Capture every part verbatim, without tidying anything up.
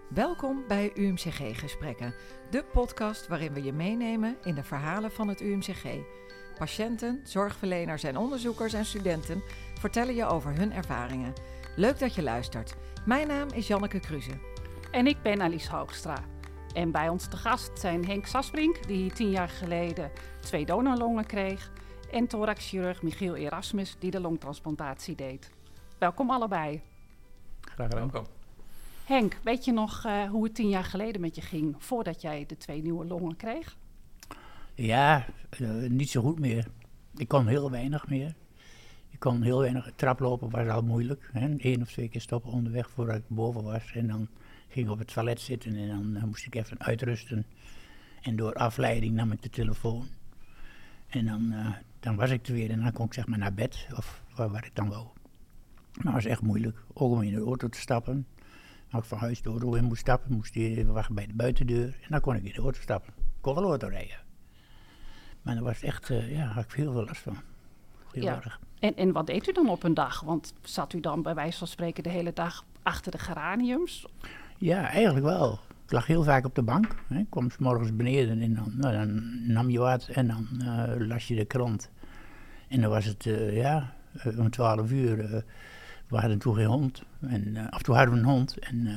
Welkom bij U M C G-gesprekken, de podcast waarin we je meenemen in de verhalen van het U M C G. Patiënten, zorgverleners en onderzoekers en studenten vertellen je over hun ervaringen. Leuk dat je luistert. Mijn naam is Janneke Kruse. En ik ben Alice Hoogstra. En bij ons te gast zijn Henk Sasbrink, die tien jaar geleden twee donorlongen kreeg, en thoraxchirurg Michiel Erasmus, die de longtransplantatie deed. Welkom allebei. Graag gedaan. Welkom. Henk, weet je nog uh, hoe het tien jaar geleden met je ging voordat jij de twee nieuwe longen kreeg? Ja, uh, niet zo goed meer. Ik kon heel weinig meer. Ik kon heel weinig. Traplopen was al moeilijk. Hè? Eén of twee keer stoppen onderweg voordat ik boven was. En dan ging ik op het toilet zitten en dan uh, moest ik even uitrusten. En door afleiding nam ik de telefoon. En dan, uh, dan was ik er weer en dan kon ik zeg maar naar bed of waar, waar ik dan wou. Maar het was echt moeilijk. Ook om in de auto te stappen. Als ik van huis de auto in moest stappen, moest hij even wachten bij de buitendeur. En dan kon ik in de auto stappen. Ik kon wel auto rijden. Maar dat was echt, uh, ja, had ik heel veel last van. Heel ja. erg. En, en wat deed u dan op een dag? Want zat u dan bij wijze van spreken de hele dag achter de geraniums? Ja, eigenlijk wel. Ik lag heel vaak op de bank. Hè. Ik kwam 's morgens beneden en dan, nou, dan nam je wat en dan uh, las je de krant. En dan was het, uh, ja, uh, om twaalf uur... Uh, we hadden toen geen hond. En, uh, of toen hadden we een hond. En, uh,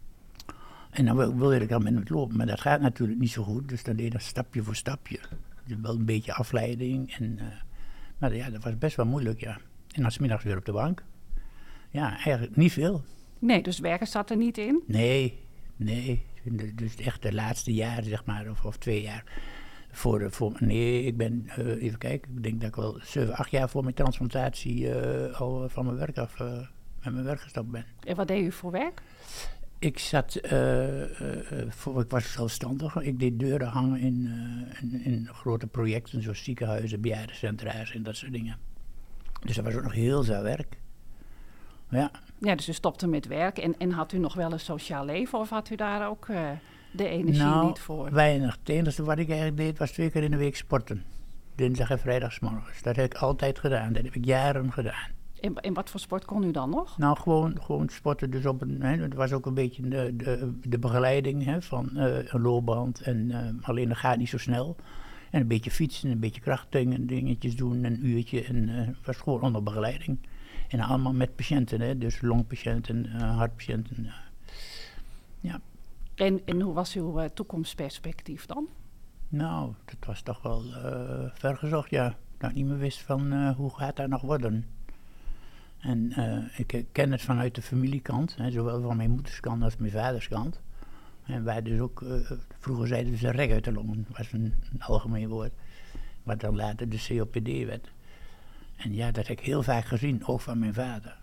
en dan wil, wilde ik dan met hem lopen. Maar dat gaat natuurlijk niet zo goed. Dus dan deed ik stapje voor stapje. Dus wel een beetje afleiding. En, uh, maar ja, dat was best wel moeilijk, ja. En dan 's middags weer op de bank. Ja, eigenlijk niet veel. Nee, dus werken zat er niet in? Nee, nee. Dus echt de laatste jaren, zeg maar, of, of twee jaar. Voor, voor, nee, ik ben, uh, even kijken, ik denk dat ik wel zeven, acht jaar voor mijn transplantatie uh, al van mijn werk af, uh, met mijn werk gestapt ben. En wat deed u voor werk? Ik zat, uh, uh, voor, ik was zelfstandig, ik deed deuren hangen in, uh, in, in grote projecten zoals ziekenhuizen, bejaardencentra's en dat soort dingen. Dus dat was ook nog heel veel werk. Ja. Ja, dus u stopte met werk en, en had u nog wel een sociaal leven of had u daar ook... Uh... de energie nou, niet voor? Weinig. Het enige wat ik eigenlijk deed was twee keer in de week sporten. Dinsdag en vrijdagsmorgens. Dat heb ik altijd gedaan. Dat heb ik jaren gedaan. En, en wat voor sport kon u dan nog? Nou, gewoon, gewoon sporten. Dus op een, hè, het was ook een beetje de, de, de begeleiding hè, van uh, een loopband. En, uh, alleen dat gaat niet zo snel. En een beetje fietsen, een beetje krachtdingen, dingetjes doen, een uurtje. En uh, het was gewoon onder begeleiding. En allemaal met patiënten. Hè, dus longpatiënten, uh, hartpatiënten. Uh, ja. En, en hoe was uw uh, toekomstperspectief dan? Nou, dat was toch wel uh, vergezocht, ja. Dat ik niet meer wist van uh, hoe gaat dat nog worden. En uh, ik ken het vanuit de familiekant, hè, zowel van mijn moederskant als mijn vaderskant. En wij dus ook, uh, vroeger zeiden ze rek uit de longen, was een, een algemeen woord. Wat dan later de C O P D werd. En ja, dat heb ik heel vaak gezien, ook van mijn vader.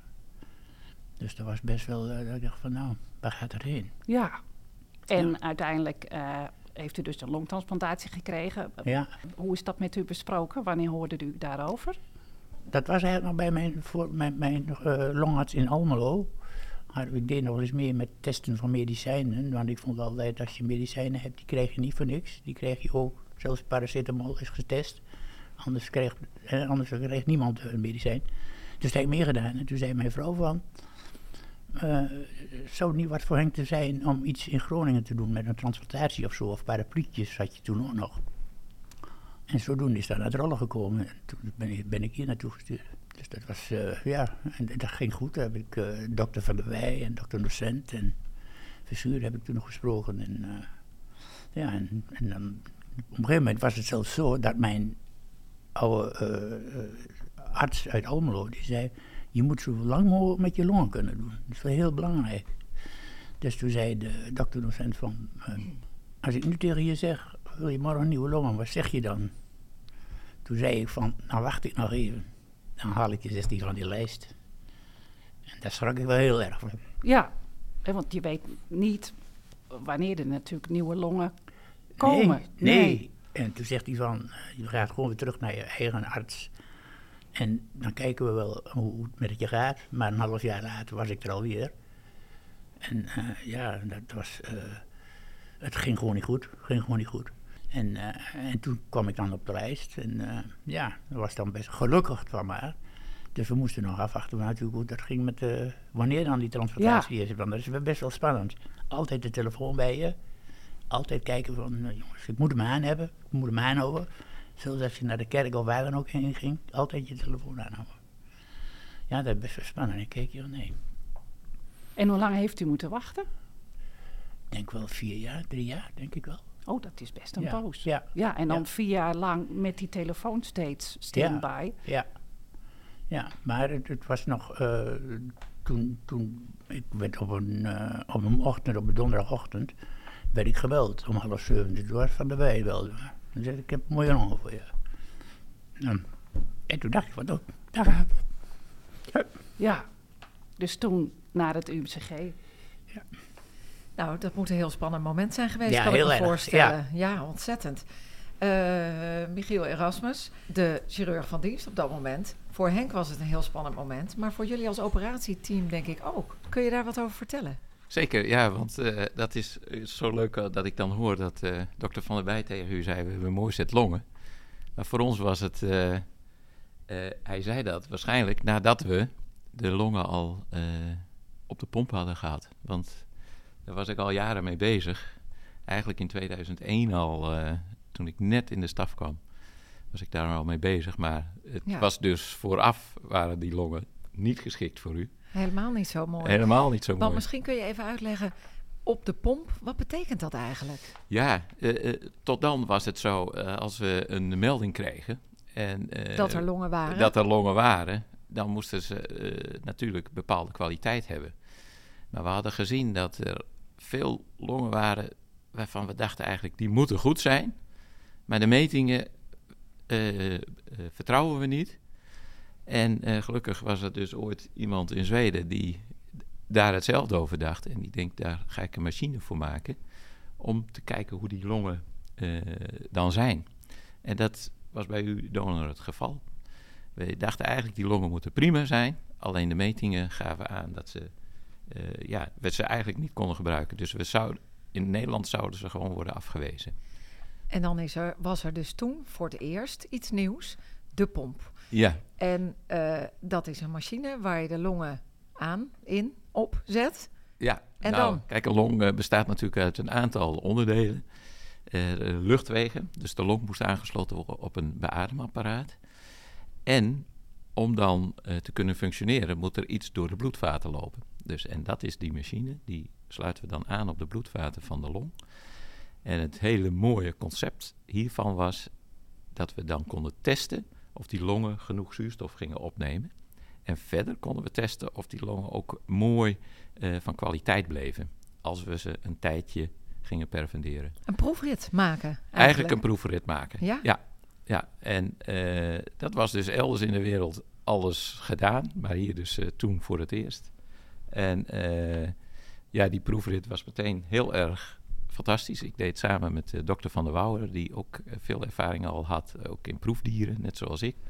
Dus dat was best wel, uh, dat ik dacht van nou, waar gaat het heen? Ja. En ja. uiteindelijk uh, heeft u dus een longtransplantatie gekregen. Ja. Hoe is dat met u besproken? Wanneer hoorde u daarover? Dat was eigenlijk nog bij mijn, voor mijn, mijn uh, longarts in Almelo. Ik deed nog eens meer met testen van medicijnen. Want ik vond altijd, als je medicijnen hebt, die krijg je niet voor niks. Die krijg je ook, zelfs paracetamol is getest. Anders kreeg, eh, anders kreeg niemand een medicijn. Dus dat heb ik meer gedaan. En toen zei mijn vrouw van... Uh, zou het niet wat voor Henk te zijn om iets in Groningen te doen met een transplantatie of zo, of parapluutjes had je toen ook nog. En zodoende is dat naar het rollen gekomen en toen ben ik, ben ik hier naartoe gestuurd. Dus dat was, uh, ja, en dat ging goed. Daar heb ik uh, dokter Van der Wij en dokter Docent en Versuur heb ik toen nog gesproken. En, uh, ja, en, en dan, op een gegeven moment was het zelfs zo dat mijn oude uh, uh, arts uit Almelo, die zei... Je moet zo lang mogelijk met je longen kunnen doen. Dat is wel heel belangrijk. Dus toen zei de dokter-docent van... Uh, als ik nu tegen je zeg, wil je morgen nieuwe longen, wat zeg je dan? Toen zei ik van, nou wacht ik nog even. Dan haal ik je zestien van die lijst. En daar schrok ik wel heel erg van. Ja, want je weet niet wanneer er natuurlijk nieuwe longen komen. Nee, nee. nee. En toen zegt hij van, je gaat gewoon weer terug naar je eigen arts... En dan kijken we wel hoe het met je gaat. Maar een half jaar later was ik er alweer. En uh, ja, dat was... Uh, het ging gewoon niet goed. Het ging gewoon niet goed. En, uh, en toen kwam ik dan op de lijst. En uh, ja, dat was dan best gelukkig van maar. Dus we moesten nog afwachten natuurlijk hoe dat ging met de, wanneer dan die transportatie ja. is. Want dat is best wel spannend. Altijd de telefoon bij je. Altijd kijken van, uh, jongens, ik moet hem aan hebben. Ik moet hem aanhouden. Zoals als je naar de kerk of waar dan ook heen ging. Altijd je telefoon aanhouden. Ja, dat is best wel spannend. Ik keek, joh, nee. En hoe lang heeft u moeten wachten? Ik denk wel vier jaar, drie jaar, denk ik wel. Oh, dat is best een ja. poos. Ja. ja, en dan ja. vier jaar lang met die telefoon steeds standby. Ja, ja. ja maar het, het was nog... Uh, toen, toen... Ik werd op een, uh, op een ochtend, op een donderdagochtend... werd ik gebeld om half zeven. Toen was Van der Wij belde me. Dan zei ik, ik heb een mooie longen voor je. En, en toen dacht ik van, oh, daar gaat het. Ja. ja, dus toen naar het U M C G. Ja. Nou, dat moet een heel spannend moment zijn geweest, ja, kan ik me erg. voorstellen. Ja, ja ontzettend. Uh, Michiel Erasmus, de chirurg van dienst op dat moment. Voor Henk was het een heel spannend moment, maar voor jullie als operatieteam denk ik ook. Kun je daar wat over vertellen? Zeker, ja, want uh, dat is zo leuk uh, dat ik dan hoor dat uh, dokter Van der Wij tegen u zei, we hebben een mooi set longen. Maar voor ons was het, uh, uh, hij zei dat waarschijnlijk nadat we de longen al uh, op de pomp hadden gehad. Want daar was ik al jaren mee bezig. Eigenlijk in tweeduizend één al, uh, toen ik net in de staf kwam, was ik daar al mee bezig. Maar het ja. was dus vooraf, waren die longen niet geschikt voor u. Helemaal niet zo mooi. Helemaal niet zo Want mooi. Misschien kun je even uitleggen, op de pomp, wat betekent dat eigenlijk? Ja, uh, uh, tot dan was het zo, uh, als we een melding kregen... En, uh, dat er longen waren? Dat er longen waren, dan moesten ze uh, natuurlijk bepaalde kwaliteit hebben. Maar we hadden gezien dat er veel longen waren waarvan we dachten eigenlijk, die moeten goed zijn. Maar de metingen uh, uh, vertrouwen we niet. En uh, gelukkig was er dus ooit iemand in Zweden die daar hetzelfde over dacht. En die denkt, daar ga ik een machine voor maken om te kijken hoe die longen uh, dan zijn. En dat was bij uw donor het geval. We dachten eigenlijk, die longen moeten prima zijn. Alleen de metingen gaven aan dat ze, uh, ja, we ze eigenlijk niet konden gebruiken. Dus we zouden, in Nederland zouden ze gewoon worden afgewezen. En dan is er, was er dus toen voor het eerst iets nieuws, de pomp. Ja. En uh, dat is een machine waar je de longen aan, in, op zet. Ja, en nou, dan? Kijk, een long uh, bestaat natuurlijk uit een aantal onderdelen. Uh, luchtwegen, dus de long moest aangesloten worden op een beademapparaat. En om dan uh, te kunnen functioneren, moet er iets door de bloedvaten lopen. Dus, en dat is die machine, die sluiten we dan aan op de bloedvaten van de long. En het hele mooie concept hiervan was dat we dan konden testen of die longen genoeg zuurstof gingen opnemen. En verder konden we testen of die longen ook mooi uh, van kwaliteit bleven, als we ze een tijdje gingen perfenderen. Een proefrit maken eigenlijk? Eigenlijk een proefrit maken, ja. ja, ja. En uh, dat was dus elders in de wereld alles gedaan, maar hier dus uh, toen voor het eerst. En uh, ja, die proefrit was meteen heel erg fantastisch. Ik deed het samen met uh, dokter Van der Wouwer, die ook uh, veel ervaring al had, uh, ook in proefdieren, net zoals ik.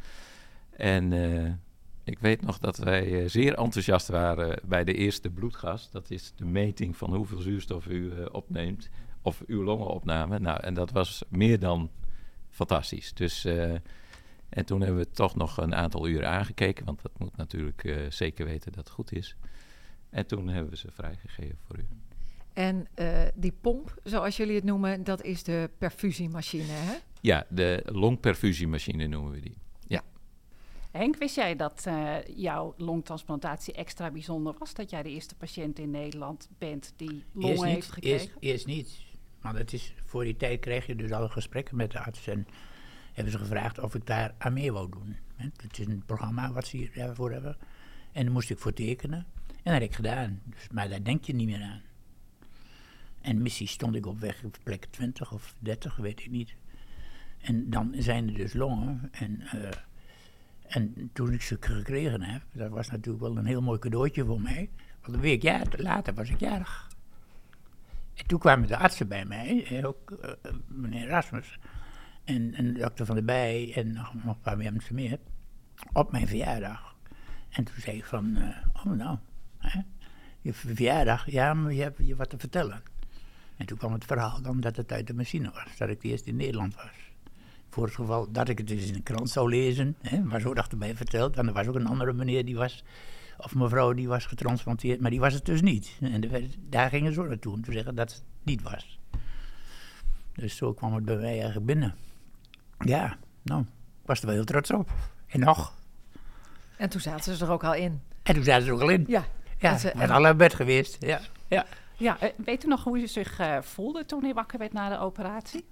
En uh, ik weet nog dat wij uh, zeer enthousiast waren bij de eerste bloedgas. Dat is de meting van hoeveel zuurstof u uh, opneemt, of uw longen opnamen. Nou, en dat was meer dan fantastisch. Dus, uh, en toen hebben we toch nog een aantal uren aangekeken, want dat moet natuurlijk uh, zeker weten dat het goed is. En toen hebben we ze vrijgegeven voor u. En uh, die pomp, zoals jullie het noemen, dat is de perfusiemachine, hè? Ja, de longperfusiemachine noemen we die. Ja. Henk, wist jij dat uh, jouw longtransplantatie extra bijzonder was? Dat jij de eerste patiënt in Nederland bent die longen eerst heeft niet, gekregen? Eerst, eerst niet. Maar dat is, voor die tijd kreeg je dus al gesprekken met de arts. En hebben ze gevraagd of ik daar aan mee wou doen. Het is een programma wat ze hiervoor hebben. En daar moest ik voor tekenen. En dat heb ik gedaan. Dus, maar daar denk je niet meer aan. En missie stond ik op weg op plek twintig of dertig, weet ik niet. En dan zijn er dus longen. En, uh, en toen ik ze gekregen heb, dat was natuurlijk wel een heel mooi cadeautje voor mij. Want een week jaar later was ik jarig. En toen kwamen de artsen bij mij, ook uh, meneer Rasmus en, en dokter Van der Bij en nog, nog een paar mensen meer, op mijn verjaardag. En toen zei ik van, uh, oh nou, hè, je verjaardag, ja, maar je hebt je wat te vertellen. En toen kwam het verhaal dan dat het uit de machine was, dat ik eerst in Nederland was. Voor het geval dat ik het dus in de krant zou lezen. Hè, maar zo dacht erbij verteld. En er was ook een andere meneer die was, of mevrouw die was getransplanteerd. Maar die was het dus niet. En de, daar gingen ze naartoe om te zeggen dat het niet was. Dus zo kwam het bij mij eigenlijk binnen. Ja, nou, ik was er wel heel trots op. En nog. En toen zaten ze er ook al in. En toen zaten ze er ook al in. Ja. Ja, ze, ik was al uit bed geweest. Ja, ja. Ja, uh, weet u nog hoe u zich uh, voelde toen u wakker werd na de operatie?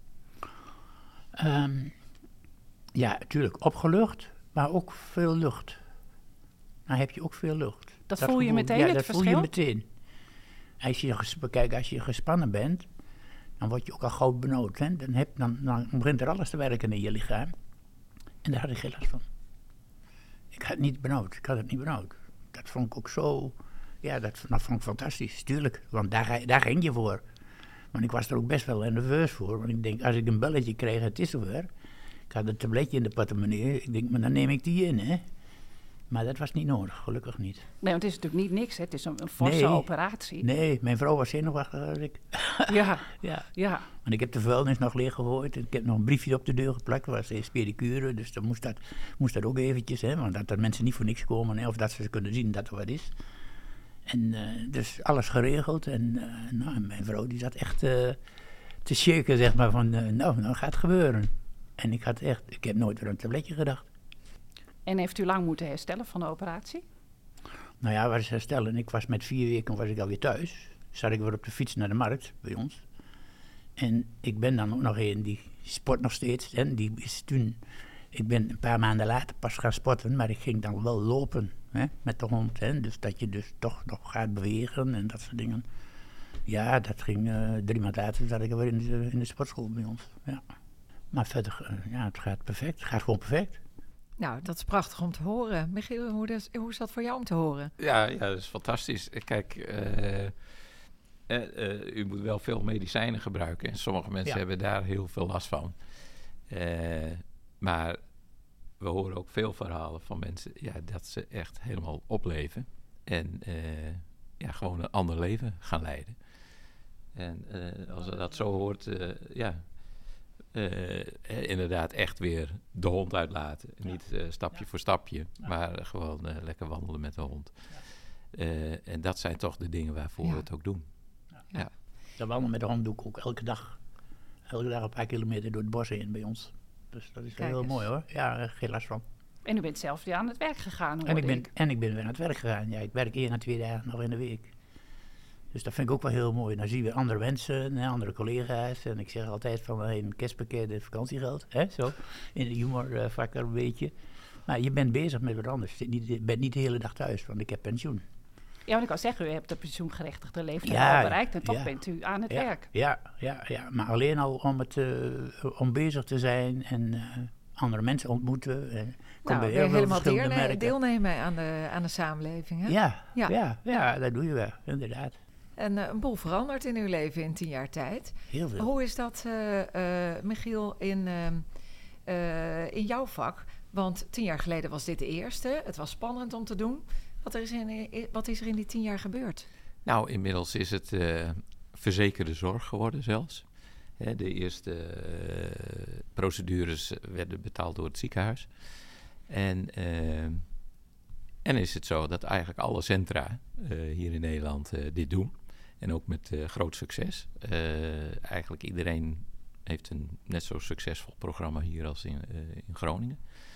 Um, ja, natuurlijk opgelucht, maar ook veel lucht. Dan heb je ook veel lucht. Dat, dat voel je gevoel, meteen, ja, het dat verschil? voel je meteen. Als je, kijk, als je gespannen bent, dan word je ook al gauw benauwd. Hè? Dan, heb, dan, dan begint er alles te werken in je lichaam. En daar had ik geen last van. Ik had het niet benauwd, ik had het niet benauwd. Dat vond ik ook zo, ja, dat, dat vond ik fantastisch, tuurlijk. Want daar, daar ging je voor. Maar ik was er ook best wel nerveus voor. Want ik denk, als ik een belletje kreeg, het is zover. Ik had een tabletje in de portemonnee. Ik denk, maar dan neem ik die in, hè. Maar dat was niet nodig, gelukkig niet. Nee, want het is natuurlijk niet niks, hè. Het is een, een forse nee, operatie. Nee, mijn vrouw was zenuwachtig als ik. Ja, ja. ja. Want ik heb de vuilnis nog leeg gegooid. Ik heb nog een briefje op de deur geplakt. Dat was eerst pedicure, dus dan moest dat, moest dat ook eventjes, hè. Want dat er mensen niet voor niks komen, hè, of dat ze kunnen zien dat er wat is. En uh, dus alles geregeld. En uh, nou, mijn vrouw die zat echt uh, te shaken, zeg maar, van uh, nou, nou gaat het gebeuren. En ik had echt, ik heb nooit weer aan een tabletje gedacht. En heeft u lang moeten herstellen van de operatie? Nou ja, was herstellen. Ik was met vier weken was ik alweer thuis. Zat ik weer op de fiets naar de markt bij ons. En ik ben dan ook nog een die sport nog steeds. En die is toen, ik ben een paar maanden later pas gaan sporten, maar ik ging dan wel lopen. Hè, met de hond, hè, dus dat je dus toch nog gaat bewegen en dat soort dingen. Ja, dat ging uh, drie maanden later, zat ik weer in de, in de sportschool bij ons. Ja. Maar verder, uh, ja, het gaat perfect. Het gaat gewoon perfect. Nou, dat is prachtig om te horen. Michiel, hoe, dat, hoe is dat voor jou om te horen? Ja, ja, dat is fantastisch. Kijk, uh, uh, uh, u moet wel veel medicijnen gebruiken. En sommige mensen ja. hebben daar heel veel last van. Uh, maar we horen ook veel verhalen van mensen ja, dat ze echt helemaal opleven. En uh, ja, gewoon een ander leven gaan leiden. En uh, als je dat zo hoort, uh, ja, uh, inderdaad echt weer de hond uitlaten. Ja. Niet uh, stapje ja. voor stapje, ja. maar uh, gewoon uh, lekker wandelen met de hond. Ja. Uh, en dat zijn toch de dingen waarvoor ja. we het ook doen. Ja. Ja. Dat wandelen met de hond doe ik ook elke dag. Elke dag een paar kilometer door het bos heen bij ons. Dus dat is heel mooi hoor. Ja, geen last van. En u bent zelf weer aan het werk gegaan, en ik, ben, ik. En ik ben weer aan het werk gegaan. Ja, ik werk één à twee dagen nog in de week. Dus dat vind ik ook wel heel mooi. Dan zie je weer andere mensen, hè, andere collega's. En ik zeg altijd van hey, een kerstpakket en vakantiegeld. Hè, zo, in de humorfactor uh, een beetje. Maar je bent bezig met wat anders. Je bent niet de hele dag thuis, want ik heb pensioen. Ja, want ik kan zeggen, u hebt de pensioengerechtigde leeftijd ja, al bereikt. En toch ja, bent u aan het ja, werk. Ja, ja, ja, maar alleen al om, het, uh, om bezig te zijn en uh, andere mensen ontmoeten. Uh, nou, bij weer helemaal deelne- deelnemen aan de, aan de samenleving, hè? Ja, ja. Ja, ja, dat doe je wel, inderdaad. En uh, een boel verandert in uw leven in tien jaar tijd. Heel veel. Hoe is dat, uh, uh, Michiel, in, uh, uh, in jouw vak? Want tien jaar geleden was dit de eerste. Het was spannend om te doen. Wat, er is, in, wat is er in die tien jaar gebeurd? Nou, inmiddels is het uh, verzekerde zorg geworden zelfs. Hè, de eerste uh, procedures werden betaald door het ziekenhuis. En, uh, en is het zo dat eigenlijk alle centra uh, hier in Nederland uh, dit doen. En ook met uh, groot succes. Uh, eigenlijk iedereen heeft een net zo succesvol programma hier als in, uh, in Groningen.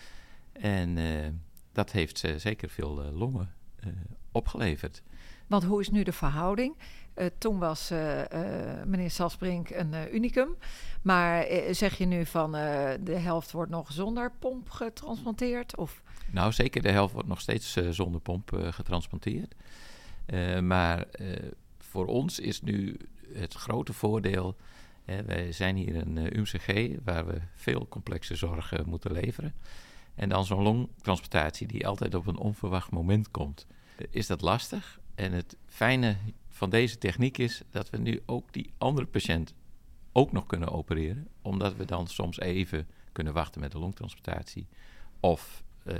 En uh, dat heeft uh, zeker veel uh, longen uh, opgeleverd. Want hoe is nu de verhouding? Uh, toen was uh, uh, meneer Sasbrink een uh, unicum. Maar uh, zeg je nu van uh, de helft wordt nog zonder pomp getransplanteerd? Of? Nou, zeker de helft wordt nog steeds uh, zonder pomp uh, getransplanteerd. Uh, maar uh, voor ons is nu het grote voordeel... Uh, wij zijn hier een uh, U M C G waar we veel complexe zorg uh, moeten leveren. En dan zo'n longtransplantatie die altijd op een onverwacht moment komt. Uh, is dat lastig? En het fijne van deze techniek is dat we nu ook die andere patiënt ook nog kunnen opereren. Omdat we dan soms even kunnen wachten met de longtransplantatie. Of uh,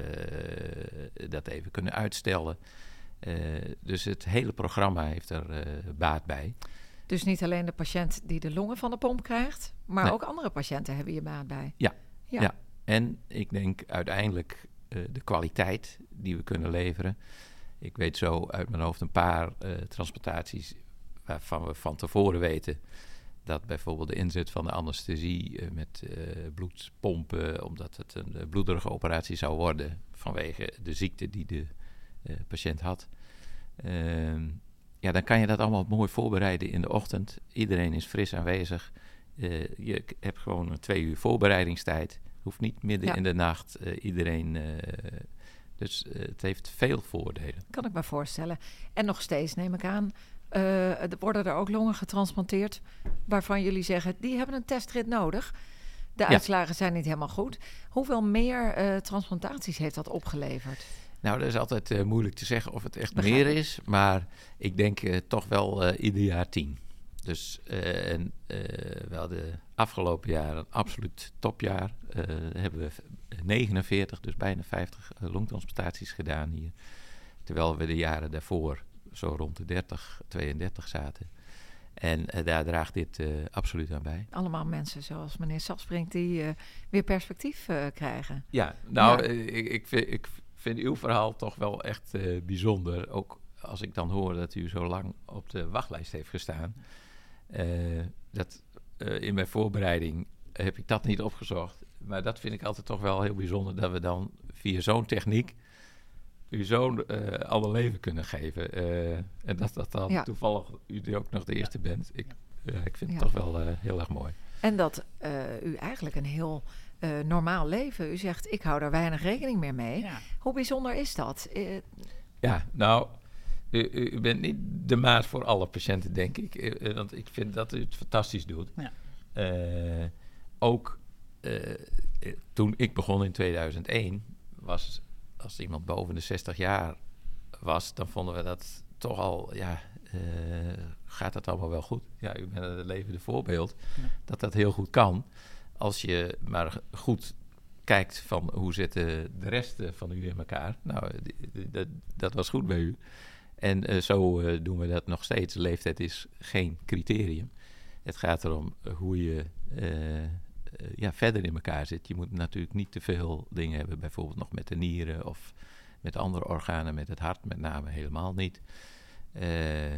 dat even kunnen uitstellen. Uh, dus het hele programma heeft er uh, baat bij. Dus niet alleen de patiënt die de longen van de pomp krijgt, maar Nee. ook andere patiënten hebben je baat bij. Ja. Ja. Ja. En ik denk uiteindelijk uh, de kwaliteit die we kunnen leveren. Ik weet zo uit mijn hoofd een paar uh, transplantaties waarvan we van tevoren weten dat bijvoorbeeld de inzet van de anesthesie uh, met uh, bloedpompen, omdat het een uh, bloederige operatie zou worden vanwege de ziekte die de uh, patiënt had. Uh, ja, dan kan je dat allemaal mooi voorbereiden in de ochtend. Iedereen is fris aanwezig. Uh, je hebt gewoon een twee uur voorbereidingstijd. Hoeft niet midden Ja. in de nacht uh, iedereen. Uh, dus uh, het heeft veel voordelen. Kan ik me voorstellen. En nog steeds neem ik aan, uh, worden er ook longen getransplanteerd waarvan jullie zeggen, die hebben een testrit nodig. De Ja. uitslagen zijn niet helemaal goed. Hoeveel meer uh, transplantaties heeft dat opgeleverd? Nou, dat is altijd uh, moeilijk te zeggen of het echt Begrijp meer ik. is. Maar ik denk uh, toch wel uh, ieder jaar tien. Dus uh, en, uh, we hadden afgelopen jaar een absoluut topjaar. Uh, hebben we negenenveertig, dus bijna vijftig uh, longtransplantaties gedaan hier. Terwijl we de jaren daarvoor zo rond de dertig, tweeëndertig zaten. En uh, daar draagt dit uh, absoluut aan bij. Allemaal mensen zoals meneer Safsbrink die uh, weer perspectief uh, krijgen. Ja, nou, Ja. uh, ik, ik, vind, ik vind uw verhaal toch wel echt uh, bijzonder. Ook als ik dan hoor dat u zo lang op de wachtlijst heeft gestaan. Uh, dat, uh, in mijn voorbereiding heb ik dat niet opgezocht. Maar dat vind ik altijd toch wel heel bijzonder, dat we dan via zo'n techniek u zo'n uh, ander leven kunnen geven. Uh, en dat dat dan Ja. toevallig u ook nog de eerste bent. Ik, uh, ik vind het Ja. toch wel uh, heel erg mooi. En dat uh, u eigenlijk een heel uh, normaal leven. U zegt, ik hou daar weinig rekening meer mee. Ja. Hoe bijzonder is dat? Uh, Ja, nou, u, u bent niet de maat voor alle patiënten, denk ik. Uh, want ik vind dat u het fantastisch doet. Ja. Uh, ook uh, toen ik begon in tweeduizend één, was als iemand boven de zestig jaar was, dan vonden we dat toch al, ja, uh, gaat dat allemaal wel goed? Ja, u bent een levende voorbeeld Ja. dat dat heel goed kan. Als je maar goed kijkt van hoe zitten de rest van u in elkaar. Nou, die, die, dat, dat was goed bij u. En uh, zo uh, doen we dat nog steeds. Leeftijd is geen criterium. Het gaat erom uh, hoe je uh, uh, ja, verder in elkaar zit. Je moet natuurlijk niet te veel dingen hebben, bijvoorbeeld nog met de nieren of met andere organen, met het hart met name helemaal niet. Uh,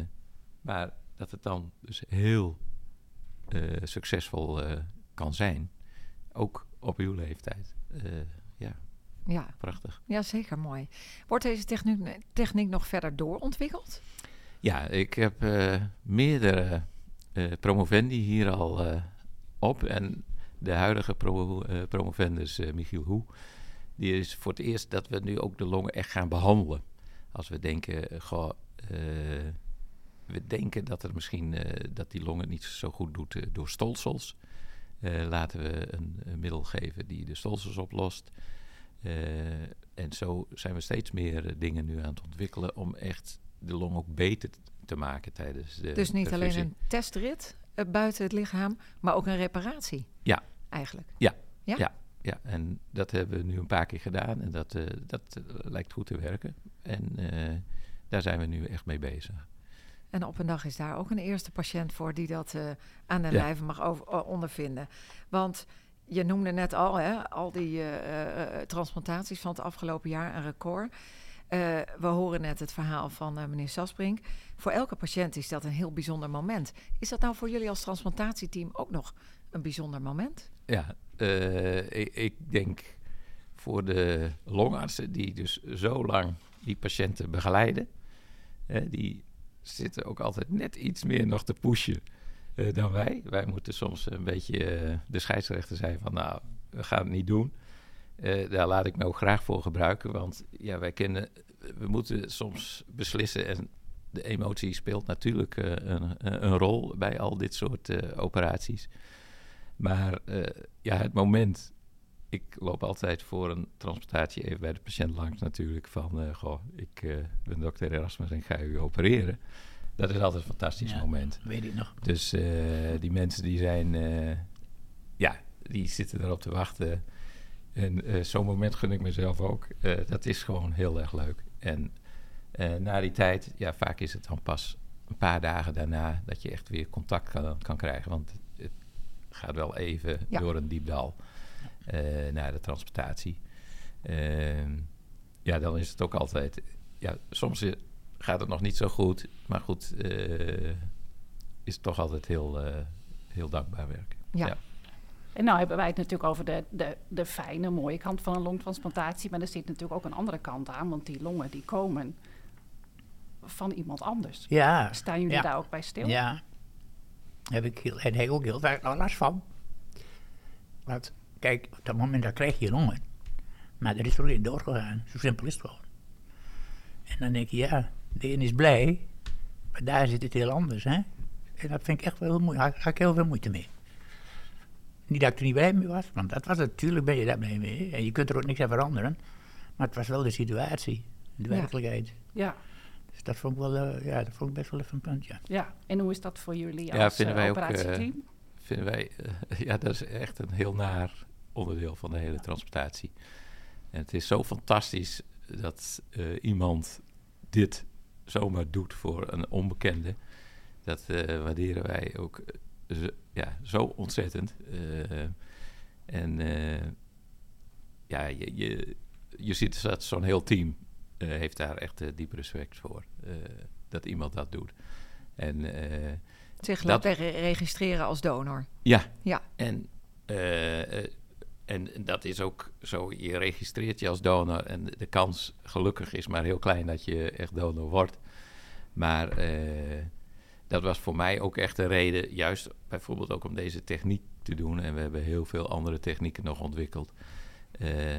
maar dat het dan dus heel uh, succesvol uh, kan zijn, ook op uw leeftijd. Uh, ja, ja. prachtig. ja, zeker mooi. Wordt deze techniek, techniek nog verder doorontwikkeld? Ja, ik heb uh, meerdere uh, promovendi hier al uh, op. En de huidige pro, uh, promovendus, uh, Michiel Hoe, die is voor het eerst dat we nu ook de longen echt gaan behandelen. Als we denken, uh, goh, uh, we denken dat er misschien uh, dat die longen niet zo goed doet uh, door stolsels. Uh, laten we een, een middel geven die de stolsels oplost. Uh, en zo zijn we steeds meer uh, dingen nu aan het ontwikkelen om echt de long ook beter te maken tijdens de Dus niet perfusie. alleen een testrit uh, buiten het lichaam, maar ook een reparatie? Ja. Eigenlijk? Ja. Ja? Ja. Ja, en dat hebben we nu een paar keer gedaan en dat, uh, dat uh, lijkt goed te werken. En uh, daar zijn we nu echt mee bezig. En op een dag is daar ook een eerste patiënt voor die dat uh, aan den Ja. lijve mag over, uh, ondervinden. Want je noemde net al, hè, al die uh, uh, transplantaties van het afgelopen jaar, een record. Uh, we horen net het verhaal van uh, meneer Safsbrink. Voor elke patiënt is dat een heel bijzonder moment. Is dat nou voor jullie als transplantatieteam ook nog een bijzonder moment? Ja, uh, ik, ik denk voor de longartsen die dus zo lang die patiënten begeleiden, uh, die zitten ook altijd net iets meer nog te pushen uh, dan wij. Wij moeten soms een beetje uh, de scheidsrechter zijn van, nou, we gaan het niet doen. Uh, daar laat ik me ook graag voor gebruiken, want ja, wij kennen, we moeten soms beslissen en de emotie speelt natuurlijk uh, een, een rol bij al dit soort uh, operaties. Maar uh, ja, het moment, ik loop altijd voor een transplantatie even bij de patiënt langs natuurlijk van, uh, goh, ik uh, ben dokter Erasmus en ik ga u opereren. Dat is altijd een fantastisch Ja, moment. weet ik nog. Dus uh, die mensen die zijn, uh, ja, die zitten erop te wachten. En uh, zo'n moment gun ik mezelf ook. Uh, dat is gewoon heel erg leuk. En uh, na die tijd, ja, vaak is het dan pas een paar dagen daarna dat je echt weer contact kan, kan krijgen. Want het gaat wel even ja. door een diep dal uh, naar de transplantatie. Uh, ja, dan is het ook altijd... Ja, soms gaat het nog niet zo goed, maar goed, uh, is het toch altijd heel, uh, heel dankbaar werk. Ja. ja. En nou hebben wij het natuurlijk over de, de, de fijne, mooie kant van een longtransplantatie, maar er zit natuurlijk ook een andere kant aan, want die longen die komen van iemand anders. Ja. Staan jullie ja. daar ook bij stil? Ja. Daar heb ik heel, en heel, ook heel vaak nog last van. Want kijk, op dat moment dan krijg je longen, maar er is er geen doorgegaan. Zo simpel is het gewoon. En dan denk je, ja, de een is blij, maar daar zit het heel anders, hè. En dat vind ik echt wel heel moeilijk. Daar ga ik heel veel moeite mee. Niet dat ik er niet blij mee was, want dat was het. Natuurlijk ben je daar blij mee. En je kunt er ook niks aan veranderen. Maar het was wel de situatie, de werkelijkheid. Ja. Dus dat vond ik wel, uh, ja, dat vond ik best wel even een punt, ja. Ja, en hoe is dat voor jullie ja, als vinden uh, wij operatieteam? Ook, uh, vinden wij, uh, ja, dat is echt een heel naar onderdeel van de hele transplantatie. En het is zo fantastisch dat uh, iemand dit zomaar doet voor een onbekende. Dat uh, waarderen wij ook uh, z- ja, zo ontzettend. Uh, en uh, ja, je, je, je ziet dat zo'n heel team uh, heeft daar echt uh, diep respect voor. Uh, dat iemand dat doet. En, uh, Zich laat dat, registreren als donor. Ja. ja. En, uh, uh, en dat is ook zo. Je registreert je als donor. En de kans gelukkig is maar heel klein dat je echt donor wordt. Maar uh, dat was voor mij ook echt een reden. Juist bijvoorbeeld ook om deze techniek te doen. En we hebben heel veel andere technieken nog ontwikkeld. Uh,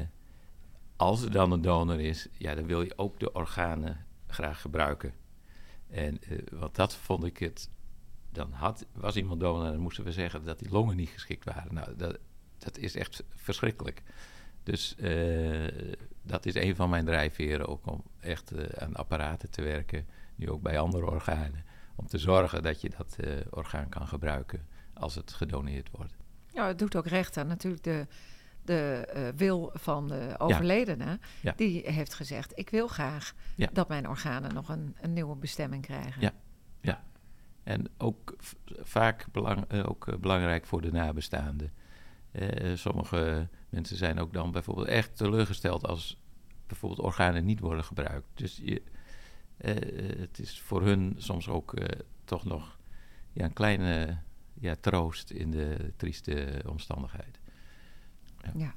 als er dan een donor is, ja, dan wil je ook de organen graag gebruiken. En uh, want dat vond ik het. Dan had, was iemand donor en dan moesten we zeggen dat die longen niet geschikt waren. Nou, dat, dat is echt verschrikkelijk. Dus uh, dat is een van mijn drijfveren ook om echt uh, aan apparaten te werken. Nu ook bij andere organen. Om te zorgen dat je dat uh, orgaan kan gebruiken als het gedoneerd wordt. Ja, het doet ook recht aan natuurlijk de, de uh, wil van de overledene. Ja. Ja. Die heeft gezegd, ik wil graag ja. dat mijn organen nog een, een nieuwe bestemming krijgen. Ja, ja. En ook v- vaak belang, uh, ook, uh, belangrijk voor de nabestaanden. Uh, sommige mensen zijn ook dan bijvoorbeeld echt teleurgesteld als bijvoorbeeld organen niet worden gebruikt. Dus je, uh, het is voor hun soms ook uh, toch nog ja, een kleine ja, troost in de trieste omstandigheid. Ja. ja.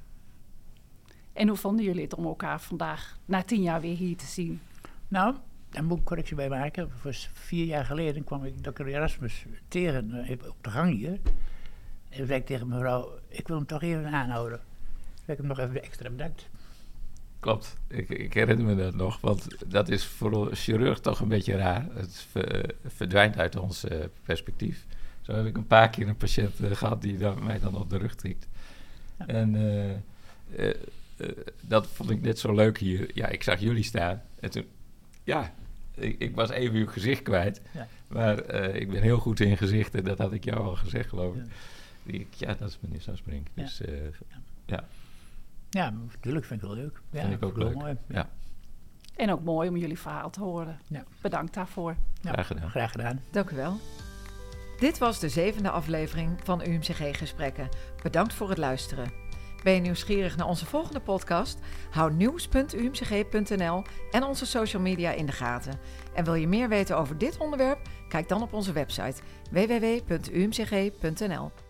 En hoe vonden jullie het om elkaar vandaag na tien jaar weer hier te zien? Nou, daar moet ik correctie bij maken. Voor vier jaar geleden kwam ik dokter Erasmus tegen uh, op de gang hier. En toen zei ik tegen mevrouw, ik wil hem toch even aanhouden. Toen heb ik hem nog even extra bedankt. Klopt, ik, ik herinner me dat nog, want dat is voor een chirurg toch een beetje raar. Het ver, verdwijnt uit ons uh, perspectief. Zo heb ik een paar keer een patiënt uh, gehad die dan, mij dan op de rug tikt. Ja. En uh, uh, uh, dat vond ik net zo leuk hier. Ja, ik zag jullie staan en toen, ja, ik, ik was even uw gezicht kwijt. Ja. Maar uh, ik ben heel goed in gezichten, dat had ik jou al gezegd, geloof ik. Ja, die, ja dat is meneer Sasbrink. Ja. Dus uh, ja. ja. Ja, natuurlijk vind ik het wel leuk. Ja, vind ik ook leuk. Mooi. Ja. Ja. En ook mooi om jullie verhaal te horen. Ja. Bedankt daarvoor. Ja, graag gedaan. Graag gedaan. Dank u wel. Dit was de zevende aflevering van U M C G-gesprekken. Bedankt voor het luisteren. Ben je nieuwsgierig naar onze volgende podcast? Hou nieuws punt u m c g punt n l en onze social media in de gaten. En wil je meer weten over dit onderwerp? Kijk dan op onze website w w w punt u m c g punt n l.